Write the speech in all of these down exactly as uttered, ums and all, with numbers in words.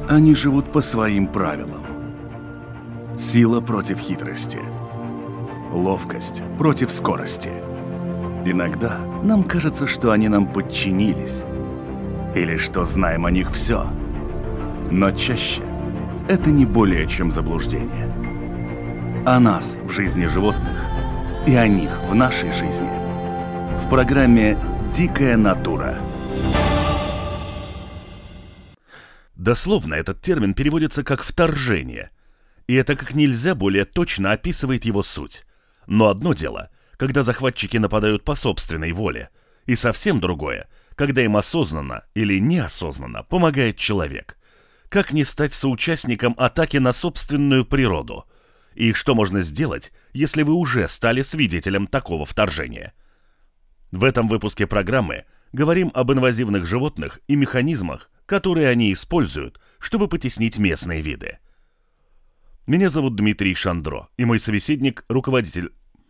Они живут по своим правилам. Сила против хитрости. Ловкость против скорости. Иногда нам кажется, что они нам подчинились. Или что знаем о них все. Но чаще это не более чем заблуждение. О нас в жизни животных и о них в нашей жизни. В программе «Дикая натура». Дословно этот термин переводится как «вторжение», и это как нельзя более точно описывает его суть. Но одно дело, когда захватчики нападают по собственной воле, и совсем другое, когда им осознанно или неосознанно помогает человек. Как не стать соучастником атаки на собственную природу? И что можно сделать, если вы уже стали свидетелем такого вторжения? В этом выпуске программы говорим об инвазивных животных и механизмах, которые они используют, чтобы потеснить местные виды. Меня зовут Дмитрий Шандро, и мой собеседник – руководитель...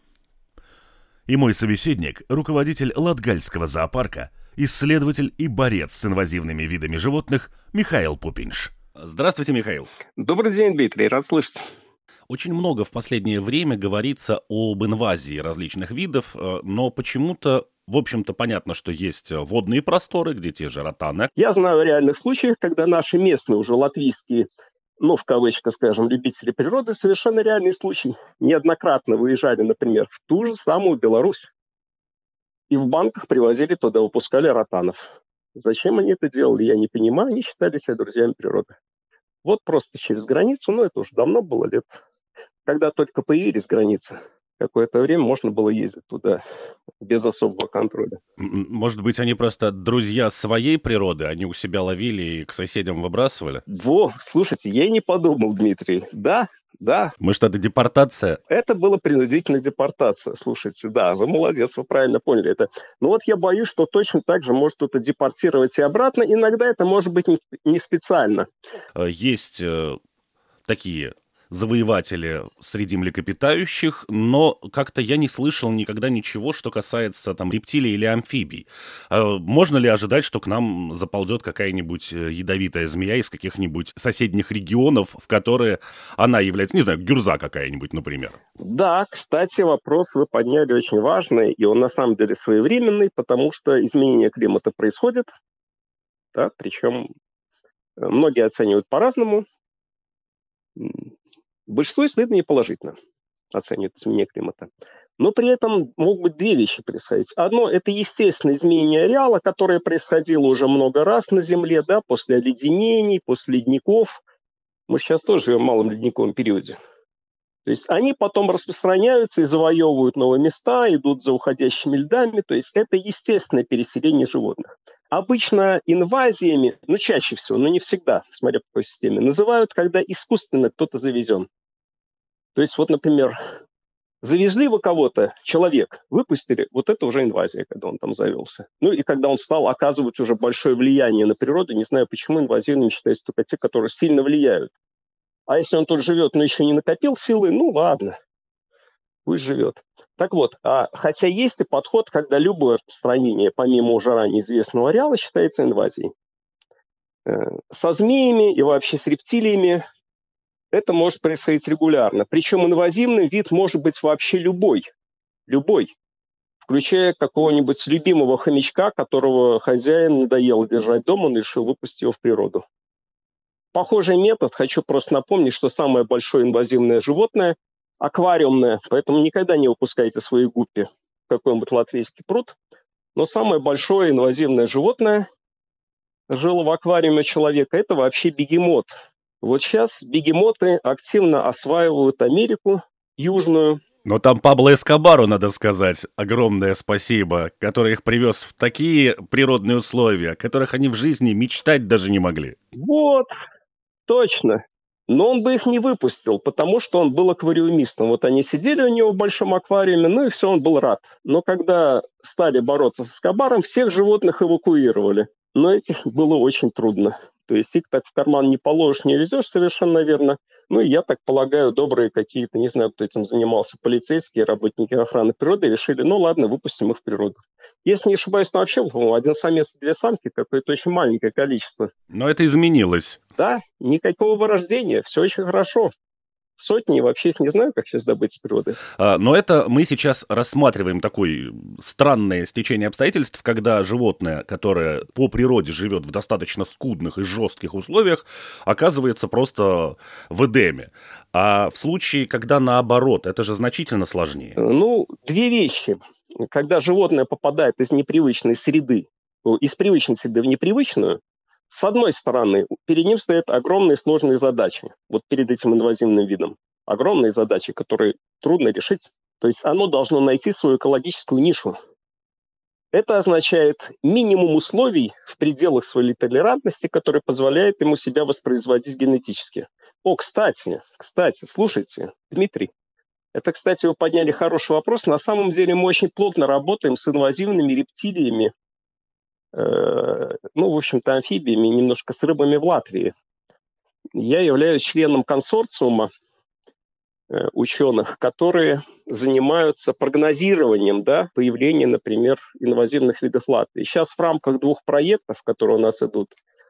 И мой собеседник – руководитель Латгальского зоопарка, исследователь и борец с инвазивными видами животных Михаил Пупинш. Здравствуйте, Михаил. Добрый день, Дмитрий, рад слышать. Очень много в последнее время говорится об инвазии различных видов, но почему-то, в общем-то, понятно, что есть водные просторы, где те же ротаны. Я знаю о реальных случаях, когда наши местные, уже латвийские, ну, в кавычках, скажем, любители природы, совершенно реальный случай. Неоднократно выезжали, например, в ту же самую Беларусь. И в банках привозили туда, выпускали ротанов. Зачем они это делали, я не понимаю. Они считали себя друзьями природы. Вот просто через границу, ну, это уже давно было, лет... Когда только появились границы, какое-то время можно было ездить туда без особого контроля. Может быть, они просто друзья своей природы, они у себя ловили и к соседям выбрасывали? Во, слушайте, я и не подумал, Дмитрий. Да, да. Может, это депортация? Это была принудительная депортация, слушайте, да, вы молодец, вы правильно поняли это. Но вот я боюсь, что точно так же может кто-то депортировать и обратно. Иногда это может быть не специально. Есть э, такие... завоеватели среди млекопитающих, но как-то я не слышал никогда ничего, что касается там рептилий или амфибий. Можно ли ожидать, что к нам заползет какая-нибудь ядовитая змея из каких-нибудь соседних регионов, в которые она является, не знаю, гюрза какая-нибудь, например? Да, кстати, вопрос вы подняли очень важный, и он на самом деле своевременный, потому что изменение климата происходит, да, причем многие оценивают по-разному. Большинство исследований положительно оценивает изменение климата. Но при этом могут быть две вещи происходить. Одно – это естественное изменение ареала, которое происходило уже много раз на Земле, да, после оледенений, после ледников. Мы сейчас тоже живем в малом ледниковом периоде. То есть они потом распространяются и завоевывают новые места, идут за уходящими льдами. То есть это естественное переселение животных. Обычно инвазиями, ну чаще всего, но не всегда, смотря по какой системе, называют, когда искусственно кто-то завезен. То есть вот, например, завезли вы кого-то, человек, выпустили, вот это уже инвазия, когда он там завелся. Ну и когда он стал оказывать уже большое влияние на природу, не знаю почему, инвазивными считаются только те, которые сильно влияют. А если он тут живет, но еще не накопил силы, ну ладно, пусть живет. Так вот, а, хотя есть и подход, когда любое распространение, помимо уже ранее известного ареала, считается инвазией. Э, со змеями и вообще с рептилиями это может происходить регулярно. Причем инвазивный вид может быть вообще любой. Любой. Включая какого-нибудь любимого хомячка, которого хозяин надоело держать дома, он решил выпустить его в природу. Похожий метод, хочу просто напомнить, что самое большое инвазивное животное – аквариумное, поэтому никогда не выпускайте свои гуппи в какой-нибудь латвийский пруд. Но самое большое инвазивное животное жило в аквариуме человека – это вообще бегемот. Вот сейчас бегемоты активно осваивают Америку южную. Но там Пабло Эскобару, надо сказать, огромное спасибо, который их привез в такие природные условия, о которых они в жизни мечтать даже не могли. Вот, точно. Но он бы их не выпустил, потому что он был аквариумистом. Вот они сидели у него в большом аквариуме, ну и все, он был рад. Но когда стали бороться с Эскобаром, всех животных эвакуировали. Но этих было очень трудно. То есть их так в карман не положишь, не везешь, совершенно верно. Ну и я так полагаю, добрые какие-то, не знаю, кто этим занимался, полицейские, работники охраны природы, решили, ну ладно, выпустим их в природу. Если не ошибаюсь, там вообще, по-моему, один самец и две самки, какое-то очень маленькое количество. Но это изменилось Да, никакого вырождения, все очень хорошо. Сотни, вообще их не знаю, как сейчас добыть с природы. А, Но это мы сейчас рассматриваем такое странное стечение обстоятельств, когда животное, которое по природе живет в достаточно скудных и жестких условиях, оказывается просто в Эдеме. А в случае, когда наоборот, это же значительно сложнее. Ну, две вещи. Когда животное попадает из непривычной среды, о, из привычной среды в непривычную, с одной стороны, перед ним стоят огромные сложные задачи. Вот перед этим инвазивным видом. Огромные задачи, которые трудно решить. То есть оно должно найти свою экологическую нишу. Это означает минимум условий в пределах своей толерантности, который позволяет ему себя воспроизводить генетически. О, кстати, кстати, слушайте, Дмитрий, это, кстати, вы подняли хороший вопрос. На самом деле мы очень плотно работаем с инвазивными рептилиями, э, ну, в общем-то, амфибиями, немножко с рыбами в Латвии. Я являюсь членом консорциума э, ученых, которые занимаются прогнозированием, да, появления, например, инвазивных видов Латвии. Сейчас в рамках двух проектов, которые у нас идут,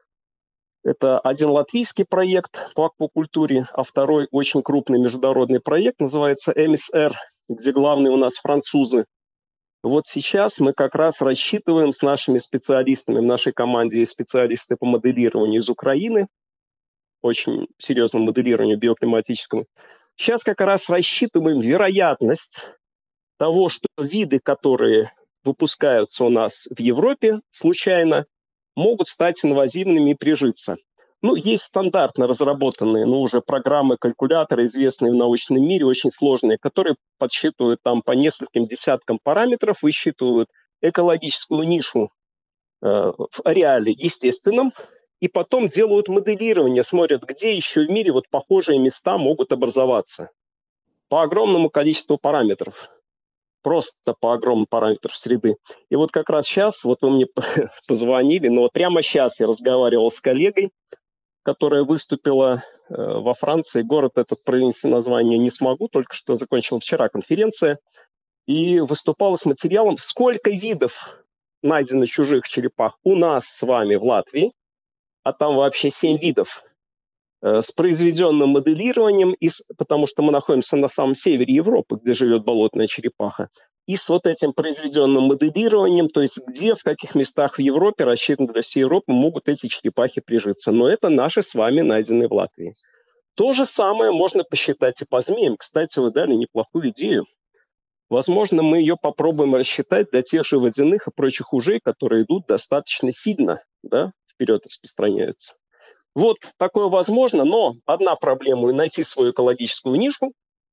это один латвийский проект по аквакультуре, а второй очень крупный международный проект, называется эм эс эр, где главные у нас французы. Вот сейчас мы как раз рассчитываем с нашими специалистами, в нашей команде есть специалисты по моделированию из Украины, очень серьезному моделированию биоклиматическому. Сейчас как раз рассчитываем вероятность того, что виды, которые выпускаются у нас в Европе случайно, могут стать инвазивными и прижиться. Ну, есть стандартно разработанные, ну, уже программы, калькуляторы, известные в научном мире, очень сложные, которые подсчитывают там по нескольким десяткам параметров, высчитывают экологическую нишу э, в ареале естественном, и потом делают моделирование, смотрят, где еще в мире вот похожие места могут образоваться по огромному количеству параметров. Просто по огромным параметрам среды. И вот как раз сейчас, вот вы мне позвонили, но вот прямо сейчас я разговаривал с коллегой, которая выступила э, во Франции. Город этот провинции название не смогу, только что закончила вчера конференция. И выступала с материалом, сколько видов найдено чужих черепах у нас с вами в Латвии, а там вообще семь видов, с произведенным моделированием, и с, потому что мы находимся на самом севере Европы, где живет болотная черепаха, и с вот этим произведенным моделированием, то есть где, в каких местах в Европе, рассчитано для всей Европы, могут эти черепахи прижиться. Но это наши с вами найденные в Латвии. То же самое можно посчитать и по змеям. Кстати, вы дали неплохую идею. Возможно, мы ее попробуем рассчитать для тех же водяных и прочих ужей, которые идут достаточно сильно, да, вперед распространяются. Вот такое возможно, но одна проблема – найти свою экологическую нишу.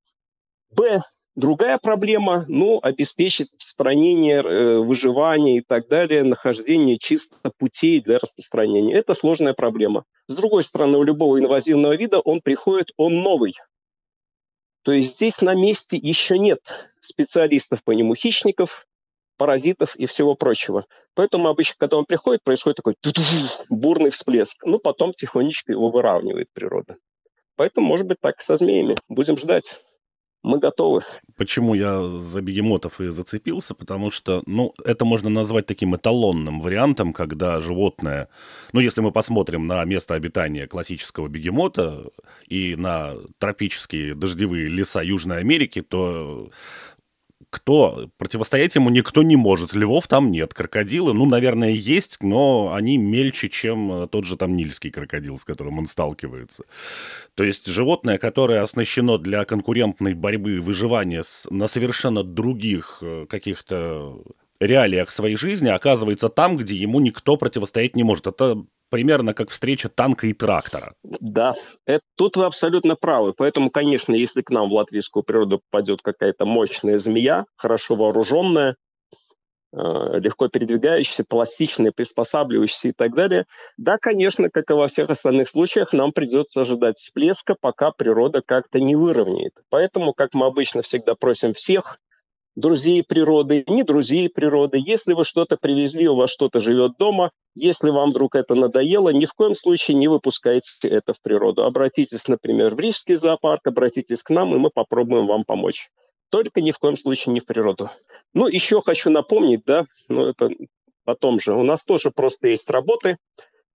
Б, другая проблема – ну, обеспечить распространение, э, выживание и так далее, нахождение чисто путей для распространения. Это сложная проблема. С другой стороны, у любого инвазивного вида он приходит, он новый. То есть здесь на месте еще нет специалистов по нему, хищников, паразитов и всего прочего. Поэтому обычно, когда он приходит, происходит такой бурный всплеск. Ну, потом тихонечко его выравнивает природа. Поэтому, может быть, так и со змеями. Будем ждать. Мы готовы. Почему я за бегемотов и зацепился? Потому что, ну, это можно назвать таким эталонным вариантом, когда животное... Ну, если мы посмотрим на место обитания классического бегемота и на тропические дождевые леса Южной Америки, то... Кто? Противостоять ему никто не может. Львов там нет. Крокодилы, ну, наверное, есть, но они мельче, чем тот же там нильский крокодил, с которым он сталкивается. То есть животное, которое оснащено для конкурентной борьбы и выживания с, на совершенно других каких-то реалиях своей жизни, оказывается там, где ему никто противостоять не может. Это примерно как встреча танка и трактора. Да, это, тут вы абсолютно правы. Поэтому, конечно, если к нам в латвийскую природу попадет какая-то мощная змея, хорошо вооруженная, э, легко передвигающаяся, пластичная, приспосабливающаяся и так далее, да, конечно, как и во всех остальных случаях, нам придется ожидать всплеска, пока природа как-то не выровняет. Поэтому, как мы обычно всегда просим всех, друзей природы, не друзей природы. Если вы что-то привезли, у вас что-то живет дома, если вам вдруг это надоело, ни в коем случае не выпускайте это в природу. Обратитесь, например, в Рижский зоопарк, обратитесь к нам, и мы попробуем вам помочь. Только ни в коем случае не в природу. Ну, еще хочу напомнить, да, ну это о том же. У нас тоже просто есть работы,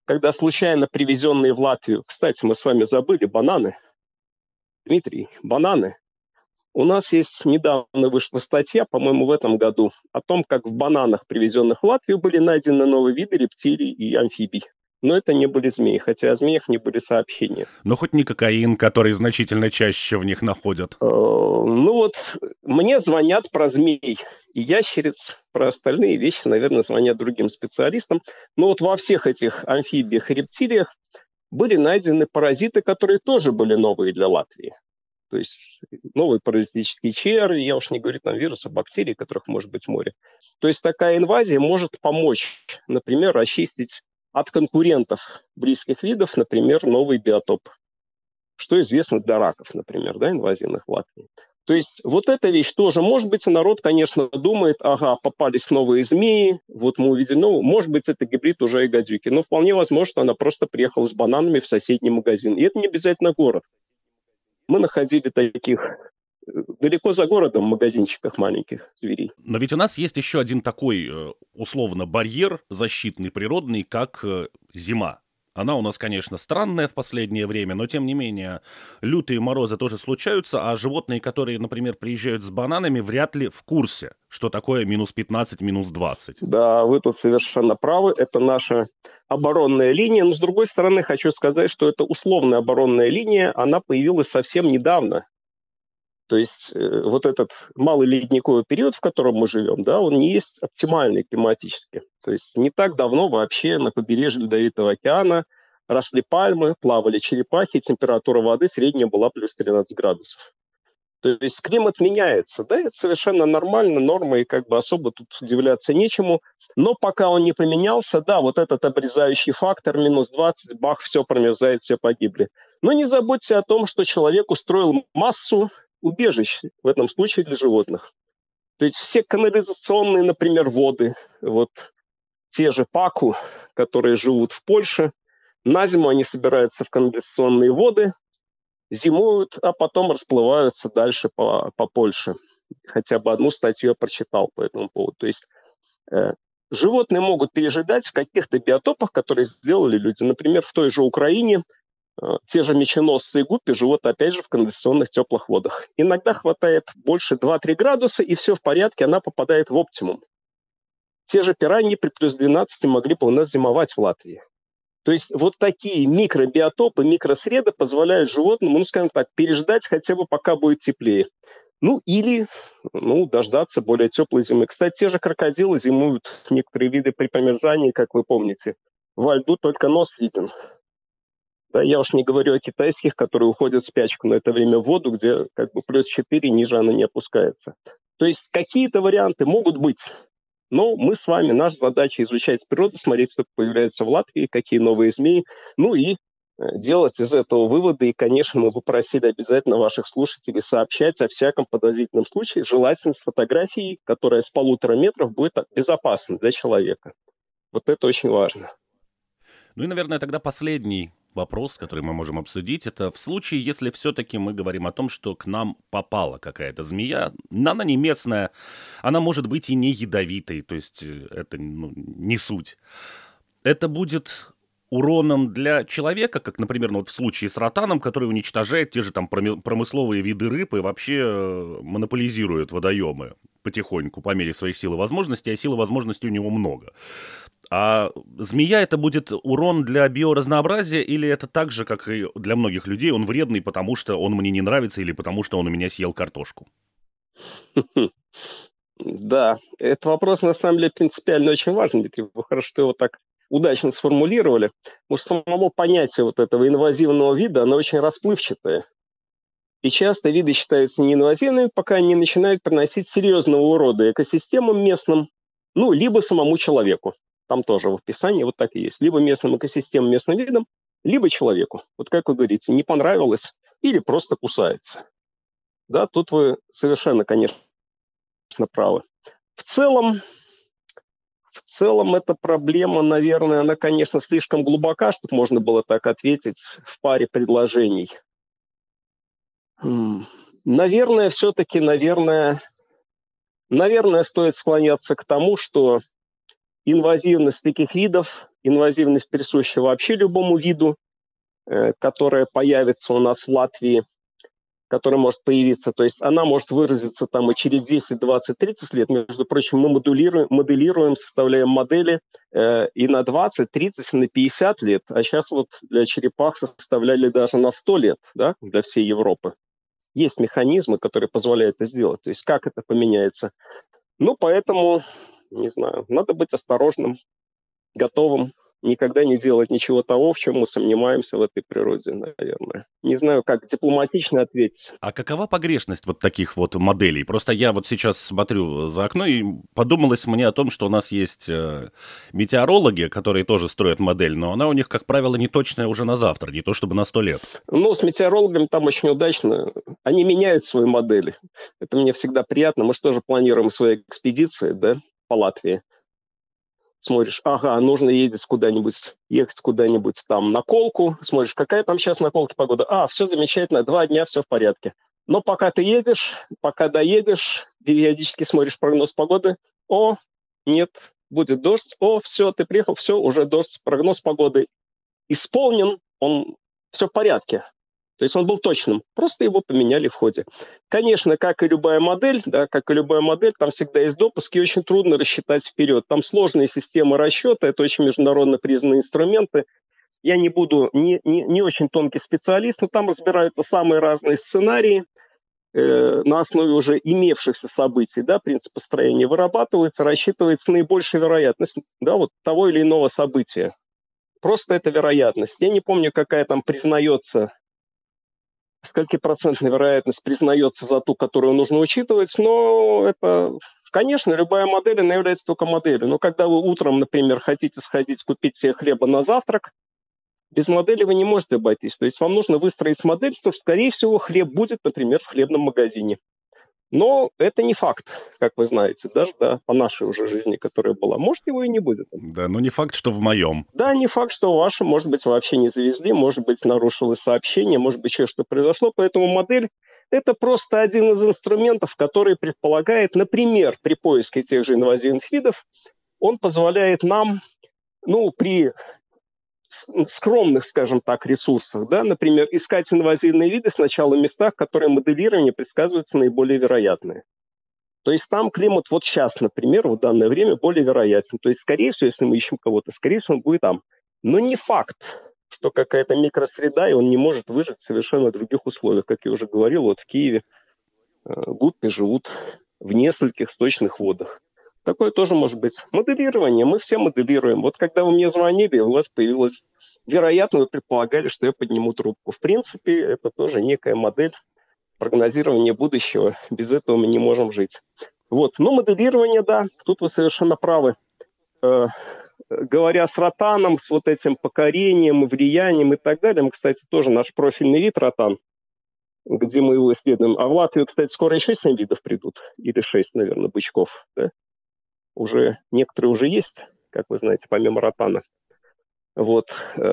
когда случайно привезенные в Латвию, кстати, мы с вами забыли бананы, Дмитрий, бананы. У нас есть, недавно вышла статья, по-моему, в этом году, о том, как в бананах, привезенных в Латвию, были найдены новые виды рептилий и амфибий. Но это не были змеи, хотя о змеях не были сообщения. Но хоть не кокаин, который значительно чаще в них находят. Э, Ну вот, мне звонят про змей и ящериц, про остальные вещи, наверное, звонят другим специалистам. Но вот во всех этих амфибиях и рептилиях были найдены паразиты, которые тоже были новые для Латвии. То есть новые паразитические черви, я уж не говорю там вирусы, бактерии, которых может быть море. То есть такая инвазия может помочь, например, очистить от конкурентов близких видов, например, новый биотоп. Что известно для раков, например, да, инвазивных в Латвии. То есть вот эта вещь тоже, может быть, и народ, конечно, думает, ага, попались новые змеи, вот мы увидели, ну, может быть, это гибрид уже и гадюки, но вполне возможно, что она просто приехала с бананами в соседний магазин. И это не обязательно город. Мы находили таких э, далеко за городом магазинчиках маленьких зверей. Но ведь у нас есть еще один такой, э, условно, барьер защитный, природный, как э, зима. Она у нас, конечно, странная в последнее время, но, тем не менее, лютые морозы тоже случаются, а животные, которые, например, приезжают с бананами, вряд ли в курсе, что такое минус пятнадцать, минус двадцать. Да, вы тут совершенно правы. Это наша оборонная линия. Но, с другой стороны, хочу сказать, что эта условная оборонная линия, она появилась совсем недавно. То есть э, вот этот малый ледниковый период, в котором мы живем, да, он не есть оптимальный климатически. То есть не так давно вообще на побережье Ледовитого океана росли пальмы, плавали черепахи, температура воды средняя была плюс тринадцать градусов. То есть климат меняется, да, это совершенно нормально, норма, и как бы особо тут удивляться нечему. Но пока он не поменялся, да, вот этот обрезающий фактор, минус двадцать, бах, все промерзает, все погибли. Но не забудьте о том, что человек устроил массу убежищ, в этом случае для животных. То есть все канализационные, например, воды, вот те же паку, которые живут в Польше, на зиму они собираются в канализационные воды, зимуют, а потом расплываются дальше по, по Польше. Хотя бы одну статью я прочитал по этому поводу. То есть э, животные могут пережидать в каких-то биотопах, которые сделали люди. Например, в той же Украине э, те же меченосцы и гуппи живут, опять же, в конденсационных теплых водах. Иногда хватает больше два-три градуса, и все в порядке, она попадает в оптимум. Те же пираньи при плюс двенадцати могли бы у нас зимовать в Латвии. То есть вот такие микробиотопы, микросреды позволяют животным, ну, скажем так, переждать хотя бы пока будет теплее. Ну, или ну, дождаться более теплой зимы. Кстати, те же крокодилы зимуют, некоторые виды при промерзании, как вы помните. Во льду только нос виден. Да, я уж не говорю о китайских, которые уходят в спячку на это время в воду, где как бы плюс четыре, ниже она не опускается. То есть какие-то варианты могут быть. Но мы с вами, наша задача изучать природу, смотреть, что появляется в Латвии, какие новые змеи, ну и делать из этого выводы. И, конечно, мы бы просили обязательно ваших слушателей сообщать о всяком подозрительном случае, желательно с фотографией, которая с полутора метров будет безопасна для человека. Вот это очень важно. Ну и, наверное, тогда последний вопрос, который мы можем обсудить, это в случае, если все-таки мы говорим о том, что к нам попала какая-то змея, она не местная, она может быть и не ядовитой, то есть это ну, не суть. Это будет уроном для человека, как, например, ну, вот в случае с ротаном, который уничтожает те же там промысловые виды рыб и вообще монополизирует водоемы потихоньку по мере своих сил и возможностей, а сил и возможностей у него много. А змея это будет урон для биоразнообразия или это так же, как и для многих людей, он вредный, потому что он мне не нравится или потому что он у меня съел картошку? Да, этот вопрос на самом деле принципиально очень важен, Дмитрий. Вы хорошо, что его так удачно сформулировали. Потому что само понятие вот этого инвазивного вида, оно очень расплывчатое. И часто виды считаются неинвазивными, пока они начинают приносить серьезного урода экосистемам местным, ну, либо самому человеку. Там тоже в описании вот так и есть. Либо местным экосистемам, местным видам, либо человеку. Вот как вы говорите, не понравилось или просто кусается. Да, тут вы совершенно, конечно, правы. В целом, в целом эта проблема, наверное, она, конечно, слишком глубока, чтобы можно было так ответить в паре предложений. Наверное, все-таки, наверное, наверное, стоит склоняться к тому, что инвазивность таких видов инвазивность присуща вообще любому виду, э, которая появится у нас в Латвии, который может появиться. То есть она может выразиться там и через десять, двадцать, тридцать лет. Между прочим, мы моделируем, моделируем составляем модели э, и на двадцать, тридцать, и на пятьдесят лет. А сейчас вот для черепах составляли даже на сто лет, да, для всей Европы. Есть механизмы, которые позволяют это сделать. То есть как это поменяется? Ну, поэтому, не знаю, надо быть осторожным, готовым, никогда не делать ничего того, в чем мы сомневаемся в этой природе, наверное. Не знаю, как дипломатично ответить. А какова погрешность вот таких вот моделей? Просто я вот сейчас смотрю за окно, и подумалось мне о том, что у нас есть э, метеорологи, которые тоже строят модель, но она у них, как правило, неточная уже на завтра, не то чтобы на сто лет. Ну, с метеорологами там очень удачно. Они меняют свои модели. Это мне всегда приятно. Мы же тоже планируем свои экспедиции, да, по Латвии. Смотришь, ага, нужно ехать куда-нибудь, ехать куда-нибудь там на Колку. Смотришь, какая там сейчас на Колке погода. А, все замечательно, два дня, все в порядке. Но пока ты едешь, пока доедешь, периодически смотришь прогноз погоды. О, нет, будет дождь. О, все, ты приехал, все, уже дождь. Прогноз погоды исполнен, он все в порядке. То есть он был точным, просто его поменяли в ходе. Конечно, как и любая модель, да, как и любая модель, там всегда есть допуски, и очень трудно рассчитать вперед. Там сложные системы расчета, это очень международно признанные инструменты. Я не буду не, не, не очень тонкий специалист, но там разбираются самые разные сценарии э, на основе уже имевшихся событий. Да, принцип построения вырабатывается, рассчитывается наибольшая вероятность, да, вот того или иного события. Просто это вероятность. Я не помню, какая там признается, скольки процентная вероятность признается за ту, которую нужно учитывать, но это, конечно, любая модель, она является только моделью. Но когда вы утром, например, хотите сходить купить себе хлеба на завтрак, без модели вы не можете обойтись. То есть вам нужно выстроить модель, что, скорее всего, хлеб будет, например, в хлебном магазине. Но это не факт, как вы знаете, даже да, по нашей уже жизни, которая была. Может, его и не будет. Да, но не факт, что в моем. Да, не факт, что в вашем, может быть, вообще не завезли, может быть, нарушилось сообщение, может быть, еще что произошло. Поэтому модель – это просто один из инструментов, который предполагает, например, при поиске тех же инвазивных видов, он позволяет нам, ну, при скромных, скажем так, ресурсах, да, например, искать инвазивные виды сначала в местах, которые моделирование предсказывается наиболее вероятные. То есть там климат вот сейчас, например, в данное время более вероятен. То есть, скорее всего, если мы ищем кого-то, скорее всего, он будет там. Но не факт, что какая-то микросреда, и он не может выжить в совершенно других условиях. Как я уже говорил, вот в Киеве э, гуппи живут в нескольких сточных водах. Такое тоже может быть. Моделирование. Мы все моделируем. Вот когда вы мне звонили, у вас появилась... Вероятно, вы предполагали, что я подниму трубку. В принципе, это тоже некая модель прогнозирования будущего. Без этого мы не можем жить. Вот. Но моделирование, да, тут вы совершенно правы. Э, говоря с ротаном, с вот этим покорением, влиянием и так далее, мы, кстати, тоже наш профильный вид ротан, где мы его исследуем. А в Латвию, кстати, скоро еще семь видов придут. Или шесть, наверное, бычков. Да? Уже некоторые уже есть, как вы знаете, помимо ротана. Вот.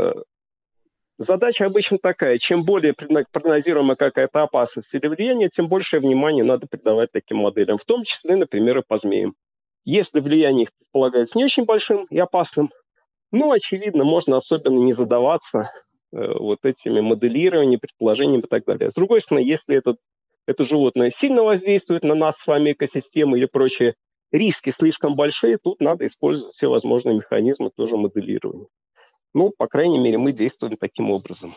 Задача обычно такая. Чем более прогнозируемая какая-то опасность или влияние, тем большее внимание надо придавать таким моделям. В том числе, например, и по змеям. Если влияние их предполагается не очень большим и опасным, ну, очевидно, можно особенно не задаваться э, вот этими моделированиями, предположениями и так далее. С другой стороны, если этот, это животное сильно воздействует на нас с вами, экосистему или прочие, риски слишком большие, тут надо использовать все возможные механизмы тоже моделирования. Ну, по крайней мере, мы действуем таким образом.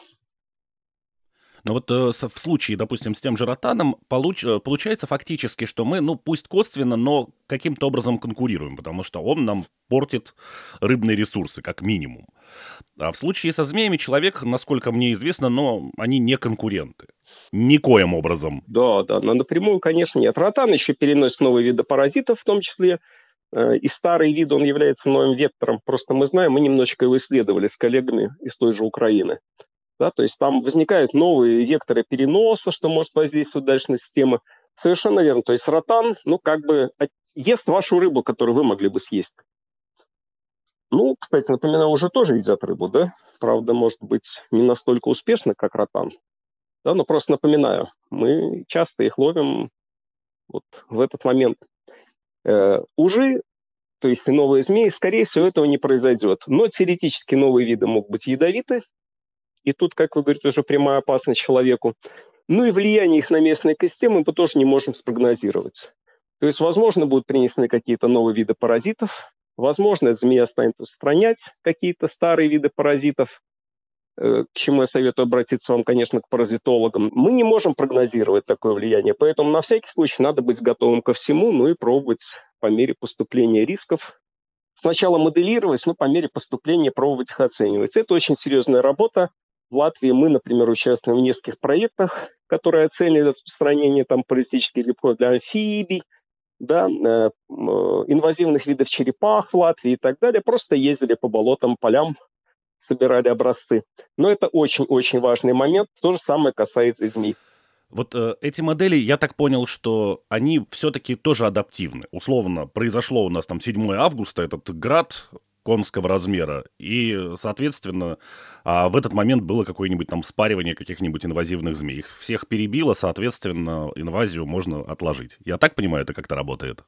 Но вот э, в случае, допустим, с тем же ротаном, получ, получается фактически, что мы, ну, пусть косвенно, но каким-то образом конкурируем, потому что он нам портит рыбные ресурсы, как минимум. А в случае со змеями человек, насколько мне известно, но они не конкуренты. Никоим образом. Да, да, но напрямую, конечно, нет. Ротан еще переносит новые виды паразитов, в том числе. И старый вид, он является новым вектором. Просто мы знаем, мы немножечко его исследовали с коллегами из той же Украины. Да, то есть там возникают новые векторы переноса, что может воздействовать дальше на систему. Совершенно верно. То есть ротан, ну, как бы ест вашу рыбу, которую вы могли бы съесть. Ну, кстати, напоминаю, уже тоже едят рыбу, да? Правда, может быть, не настолько успешно, как ротан. Да, но просто напоминаю, мы часто их ловим вот в этот момент. Э, ужи то есть и новые змеи, скорее всего, этого не произойдет. Но теоретически новые виды могут быть ядовиты, и тут, как вы говорите, уже прямая опасность человеку. Ну и влияние их на местные экосистемы мы тоже не можем спрогнозировать. То есть, возможно, будут принесены какие-то новые виды паразитов, возможно, эта змея станет устранять какие-то старые виды паразитов, к чему я советую обратиться вам, конечно, к паразитологам. Мы не можем прогнозировать такое влияние, поэтому на всякий случай надо быть готовым ко всему, ну и пробовать по мере поступления рисков. Сначала моделировать, но по мере поступления пробовать их оценивать. Это очень серьезная работа. В Латвии мы, например, участвуем в нескольких проектах, которые оценивают распространение там, паразитических грибков для амфибий, да, э, инвазивных видов черепах в Латвии и так далее. Просто ездили по болотам, полям, собирали образцы. Но это очень-очень важный момент. То же самое касается и змей. Вот э, эти модели, я так понял, что они все-таки тоже адаптивны. Условно, произошло у нас там седьмого августа, этот град конского размера, и, соответственно, а в этот момент было какое-нибудь там спаривание каких-нибудь инвазивных змей. Их всех перебило, соответственно, инвазию можно отложить. Я так понимаю, это как-то работает?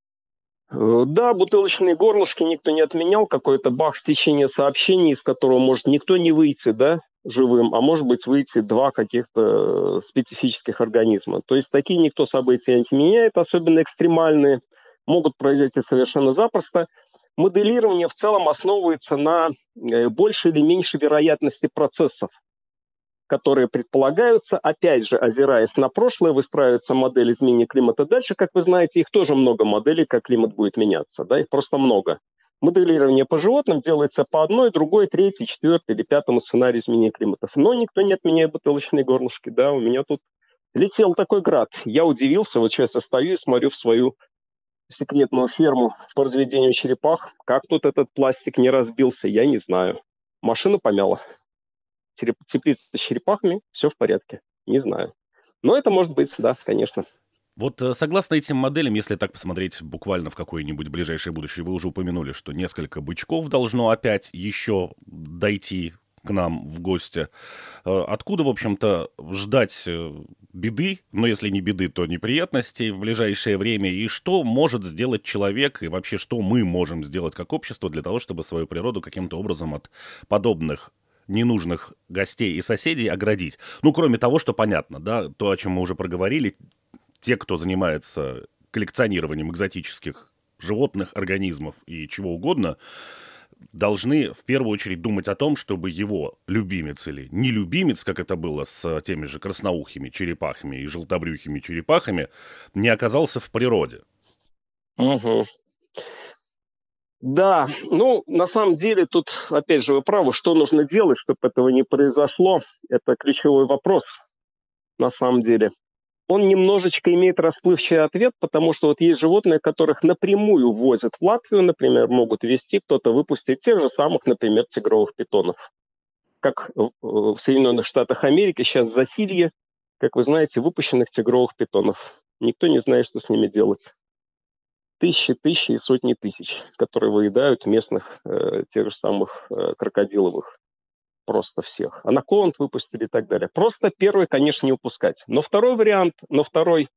Да, бутылочные горлышки никто не отменял, какой-то бах стечения сообщений, из которого может никто не выйти, да, живым, а может быть выйти два каких-то специфических организма. То есть такие никто события не меняет, особенно экстремальные, могут произойти совершенно запросто. Моделирование в целом основывается на большей или меньшей вероятности процессов, которые предполагаются, опять же, озираясь на прошлое, выстраивается модель изменения климата дальше. Как вы знаете, их тоже много моделей, как климат будет меняться, да, их просто много. Моделирование по животным делается по одной, другой, третьей, четвертой или пятому сценарию изменения климатов. Но никто не отменяет бутылочные горлышки, да, у меня тут летел такой град. Я удивился, вот сейчас я стою и смотрю в свою секретную ферму по разведению черепах. Как тут этот пластик не разбился, я не знаю. Машину помяло. Теплица с черепахами, все в порядке. Не знаю. Но это может быть, да, конечно. Вот э, согласно этим моделям, если так посмотреть буквально в какое-нибудь ближайшее будущее, вы уже упомянули, что несколько бычков должно опять еще дойти к нам в гости. Э, Откуда, в общем-то, ждать э, беды, но если не беды, то неприятностей в ближайшее время, и что может сделать человек, и вообще что мы можем сделать как общество для того, чтобы свою природу каким-то образом от подобных ненужных гостей и соседей оградить? Ну, кроме того, что понятно, да, то, о чем мы уже проговорили, те, кто занимается коллекционированием экзотических животных, организмов и чего угодно, должны в первую очередь думать о том, чтобы его любимец или нелюбимец, как это было с теми же красноухими черепахами и желтобрюхими черепахами, не оказался в природе. Угу. Да, ну, на самом деле, тут, опять же, вы правы, что нужно делать, чтобы этого не произошло, это ключевой вопрос, на самом деле. Он немножечко имеет расплывчатый ответ, потому что вот есть животные, которых напрямую ввозят в Латвию, например, могут везти, кто-то выпустить тех же самых, например, тигровых питонов. Как в Соединенных Штатах Америки сейчас засилье, как вы знаете, выпущенных тигровых питонов. Никто не знает, что с ними делать. Тысячи, тысячи и сотни тысяч, которые выедают местных э, тех же самых э, крокодиловых. Просто всех. Анаконд выпустили и так далее. Просто первый, конечно, не упускать. Но второй вариант, но второй,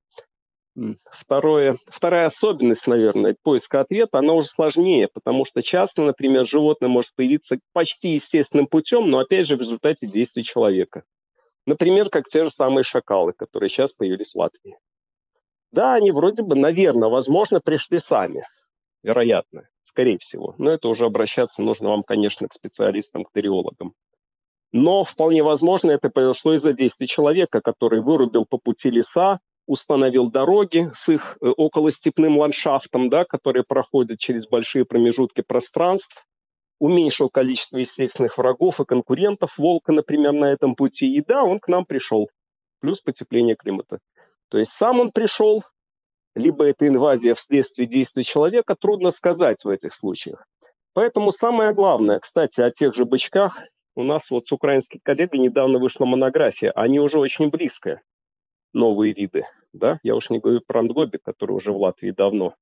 второе, вторая особенность, наверное, поиска ответа, она уже сложнее, потому что часто, например, животное может появиться почти естественным путем, но опять же в результате действий человека. Например, как те же самые шакалы, которые сейчас появились в Латвии. Да, они вроде бы, наверное, возможно, пришли сами. Вероятно, скорее всего. Но это уже обращаться нужно вам, конечно, к специалистам, к териологам. Но вполне возможно, это произошло из-за действий человека, который вырубил по пути леса, установил дороги с их околостепным ландшафтом, да, которые проходят через большие промежутки пространств, уменьшил количество естественных врагов и конкурентов волка, например, на этом пути. И да, он к нам пришел. Плюс потепление климата. То есть сам он пришел, либо это инвазия вследствие действий человека, трудно сказать в этих случаях. Поэтому самое главное, кстати, о тех же бычках, у нас вот с украинской коллегой недавно вышла монография, они уже очень близко, новые виды, да, я уж не говорю про андгоби, который уже в Латвии давно.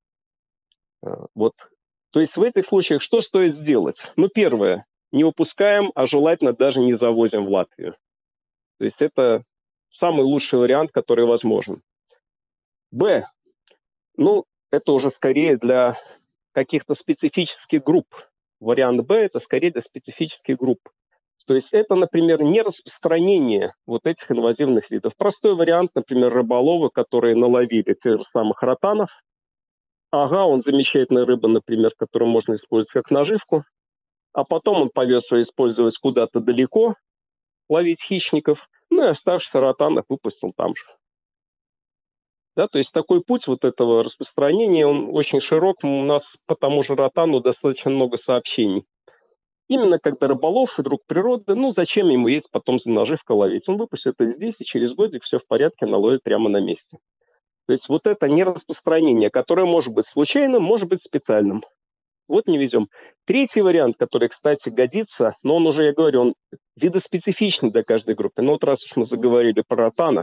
Вот, то есть в этих случаях что стоит сделать? Ну, первое, не упускаем, а желательно даже не завозим в Латвию. То есть это самый лучший вариант, который возможен. Б, ну, это уже скорее для каких-то специфических групп. Вариант Б – это скорее для специфических групп. То есть это, например, не распространение вот этих инвазивных видов. Простой вариант, например, рыболовы, которые наловили тех же самых ротанов. Ага, он замечательная рыба, например, которую можно использовать как наживку. А потом он повез ее использовать куда-то далеко, ловить хищников. Ну и оставшихся ротанов выпустил там же. Да, то есть такой путь вот этого распространения, он очень широк. У нас по тому же ротану достаточно много сообщений. Именно когда рыболов и друг природы, ну зачем ему есть потом за наживка ловить? Он выпустит их здесь, и через годик все в порядке, наловит прямо на месте. То есть вот это нераспространение, которое может быть случайным, может быть специальным. Вот не везем. Третий вариант, который, кстати, годится, но он уже, я говорю, он видоспецифичный для каждой группы. Но вот раз уж мы заговорили про ротана.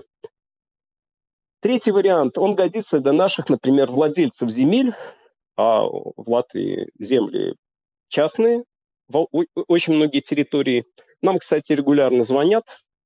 Третий вариант, он годится для наших, например, владельцев земель, а в Латвии земли частные, очень многие территории. Нам, кстати, регулярно звонят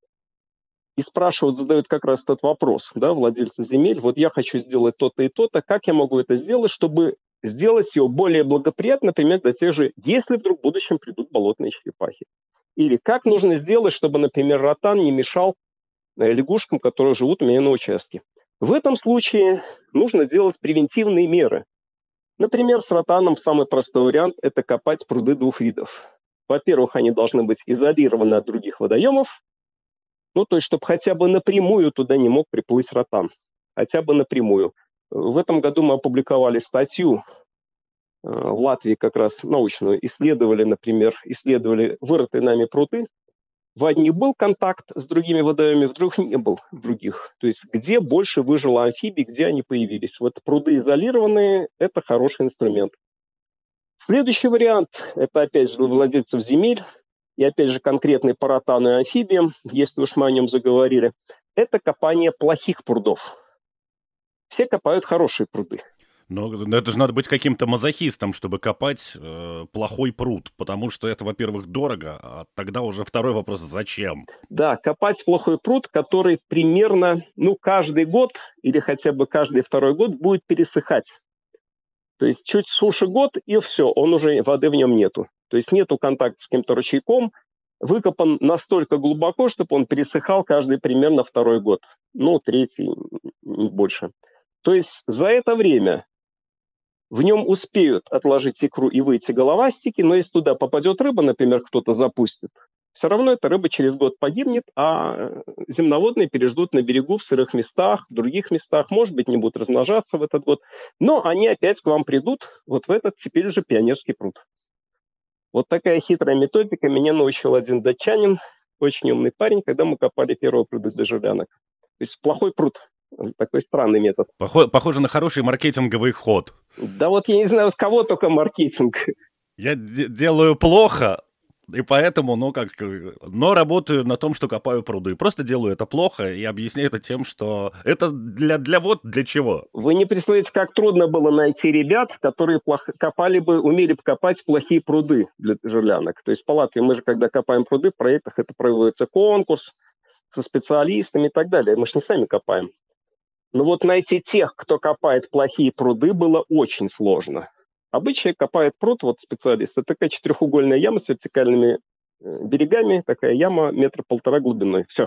и спрашивают, задают как раз этот вопрос, да, владельцы земель. Вот я хочу сделать то-то и то-то. Как я могу это сделать, чтобы сделать его более благоприятно, например, для тех же, если вдруг в будущем придут болотные черепахи? Или как нужно сделать, чтобы, например, ротан не мешал лягушкам, которые живут у меня на участке? В этом случае нужно делать превентивные меры. Например, с ротаном самый простой вариант – это копать пруды двух видов. Во-первых, они должны быть изолированы от других водоемов, ну, то есть, чтобы хотя бы напрямую туда не мог приплыть ротан. Хотя бы напрямую. В этом году мы опубликовали статью в Латвии, как раз научную, исследовали, например, исследовали вырытые нами пруды. В одних был контакт с другими водоемами, в других не был, в других. То есть где больше выжило амфибий, где они появились. Вот пруды изолированные – это хороший инструмент. Следующий вариант – это опять же для владельцев земель, и опять же конкретный по ротану и амфибиям, если уж мы о нем заговорили, это копание плохих прудов. Все копают хорошие пруды. Но это же надо быть каким-то мазохистом, чтобы копать э, плохой пруд, потому что это, во-первых, дорого, а тогда уже второй вопрос – зачем? Да, копать плохой пруд, который примерно, ну, каждый год или хотя бы каждый второй год будет пересыхать. То есть чуть суше год, и все, он уже, воды в нем нету. То есть нету контакта с каким-то ручейком, выкопан настолько глубоко, чтобы он пересыхал каждый примерно второй год. Ну, третий, не больше. То есть за это время в нем успеют отложить икру и выйти головастики, но если туда попадет рыба, например, кто-то запустит, все равно эта рыба через год погибнет, а земноводные переждут на берегу в сырых местах, в других местах, может быть, не будут размножаться в этот год, но они опять к вам придут вот в этот теперь уже пионерский пруд. Вот такая хитрая методика меня научил один датчанин, очень умный парень, когда мы копали первые пруды для жерлянок. То есть плохой пруд. Такой странный метод. Похоже, похоже на хороший маркетинговый ход. Да вот я не знаю, от кого только маркетинг. Я д- делаю плохо, и поэтому, ну как, но работаю на том, что копаю пруды. Просто делаю это плохо и объясняю это тем, что это для, для вот для чего. Вы не представляете, как трудно было найти ребят, которые плохо, копали бы, умели бы копать плохие пруды для жерлянок. То есть по Латвии мы же, когда копаем пруды, в проектах это проводится конкурс со специалистами и так далее. Мы же не сами копаем. Но вот найти тех, кто копает плохие пруды, было очень сложно. Обычно копает пруд, вот специалист, это такая четырехугольная яма с вертикальными берегами, такая яма метра полтора глубиной. Все.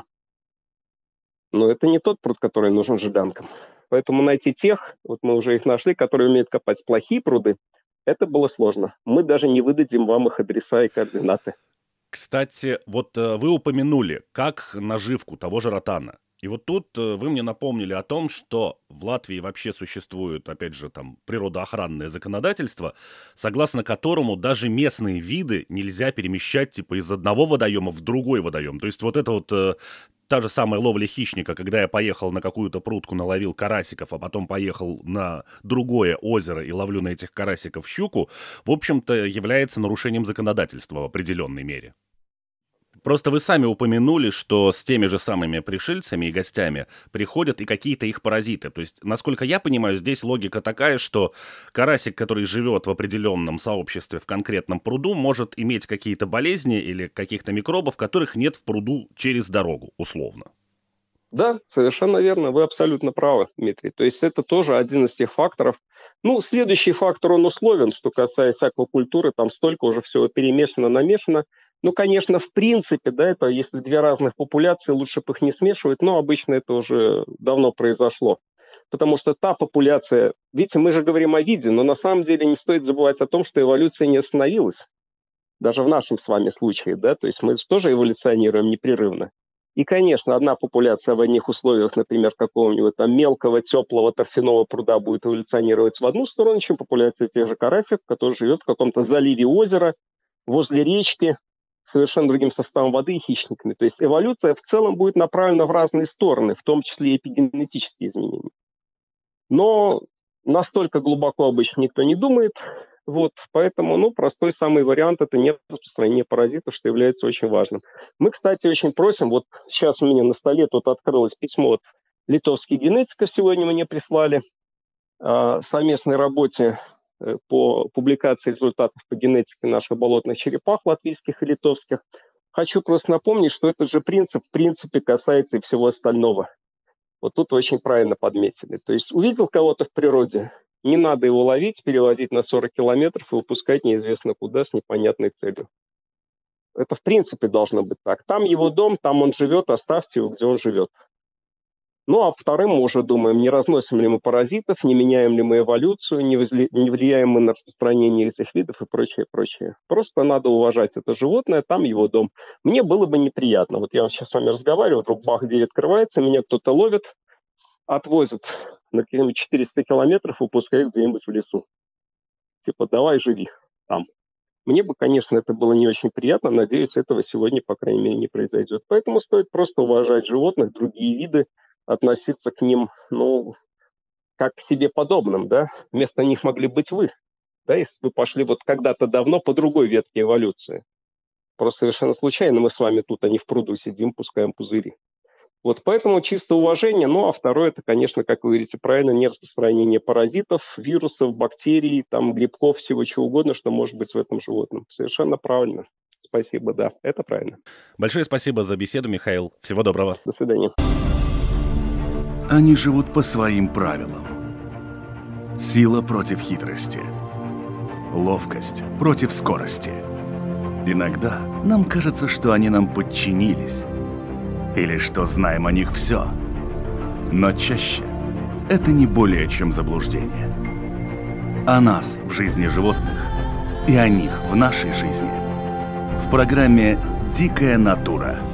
Но это не тот пруд, который нужен жерлянкам. Поэтому найти тех, вот мы уже их нашли, которые умеют копать плохие пруды, это было сложно. Мы даже не выдадим вам их адреса и координаты. Кстати, вот вы упомянули, как наживку того же ротана. И вот тут вы мне напомнили о том, что в Латвии вообще существует, опять же, там, природоохранное законодательство, согласно которому даже местные виды нельзя перемещать, типа, из одного водоема в другой водоем. То есть вот это вот э, та же самая ловля хищника, когда я поехал на какую-то прудку, наловил карасиков, а потом поехал на другое озеро и ловлю на этих карасиков щуку, в общем-то, является нарушением законодательства в определенной мере. Просто вы сами упомянули, что с теми же самыми пришельцами и гостями приходят и какие-то их паразиты. То есть, насколько я понимаю, здесь логика такая, что карасик, который живет в определенном сообществе в конкретном пруду, может иметь какие-то болезни или каких-то микробов, которых нет в пруду через дорогу, условно. Да, совершенно верно. Вы абсолютно правы, Дмитрий. То есть это тоже один из тех факторов, Ну, следующий фактор, он условен, что касается аквакультуры, там столько уже всего перемешано, намешано. Ну, конечно, в принципе, да, это если две разных популяции, лучше бы их не смешивать, но обычно это уже давно произошло. Потому что та популяция, видите, мы же говорим о виде, но на самом деле не стоит забывать о том, что эволюция не остановилась. Даже в нашем с вами случае, да, то есть мы тоже эволюционируем непрерывно. И, конечно, одна популяция в одних условиях, например, какого-нибудь там мелкого, теплого торфяного пруда будет эволюционировать в одну сторону, чем популяция тех же карасиков, который живет в каком-то заливе озера, возле речки, совершенно другим составом воды и хищниками. То есть эволюция в целом будет направлена в разные стороны, в том числе и эпигенетические изменения. Но настолько глубоко обычно никто не думает. Вот, поэтому, ну, простой самый вариант – это не распространение паразитов, что является очень важным. Мы, кстати, очень просим, вот сейчас у меня на столе тут открылось письмо от литовских генетиков, сегодня мне прислали о совместной работе по публикации результатов по генетике наших болотных черепах латвийских и литовских. Хочу просто напомнить, что этот же принцип, в принципе, касается и всего остального. Вот тут очень правильно подметили. То есть увидел кого-то в природе, не надо его ловить, перевозить на сорок километров и выпускать неизвестно куда с непонятной целью. Это в принципе должно быть так. Там его дом, там он живет, оставьте его, где он живет. Ну, а вторым мы уже думаем, не разносим ли мы паразитов, не меняем ли мы эволюцию, не, возли... не влияем мы на распространение этих видов и прочее, прочее. Просто надо уважать это животное, там его дом. Мне было бы неприятно. Вот я сейчас с вами разговариваю, вдруг бах, дверь открывается, меня кто-то ловит, отвозит на какие-нибудь четыреста километров, выпускает где-нибудь в лесу. Типа, давай живи там. Мне бы, конечно, это было не очень приятно. Надеюсь, этого сегодня, по крайней мере, не произойдет. Поэтому стоит просто уважать животных, другие виды, относиться к ним, ну, как к себе подобным, да. Вместо них могли быть вы, да, если бы пошли вот когда-то давно по другой ветке эволюции. Просто совершенно случайно мы с вами тут, а не в пруду сидим, пускаем пузыри. Вот поэтому чисто уважение. Ну, а второе, это, конечно, как вы говорите правильно, не распространение паразитов, вирусов, бактерий, там, грибков, всего чего угодно, что может быть в этом животном. Совершенно правильно. Спасибо, да, это правильно. Большое спасибо за беседу, Михаил. Всего доброго. До свидания. Они живут по своим правилам. Сила против хитрости. Ловкость против скорости. Иногда нам кажется, что они нам подчинились. Или что знаем о них все. Но чаще это не более чем заблуждение. О нас в жизни животных и о них в нашей жизни. В программе «Дикая натура».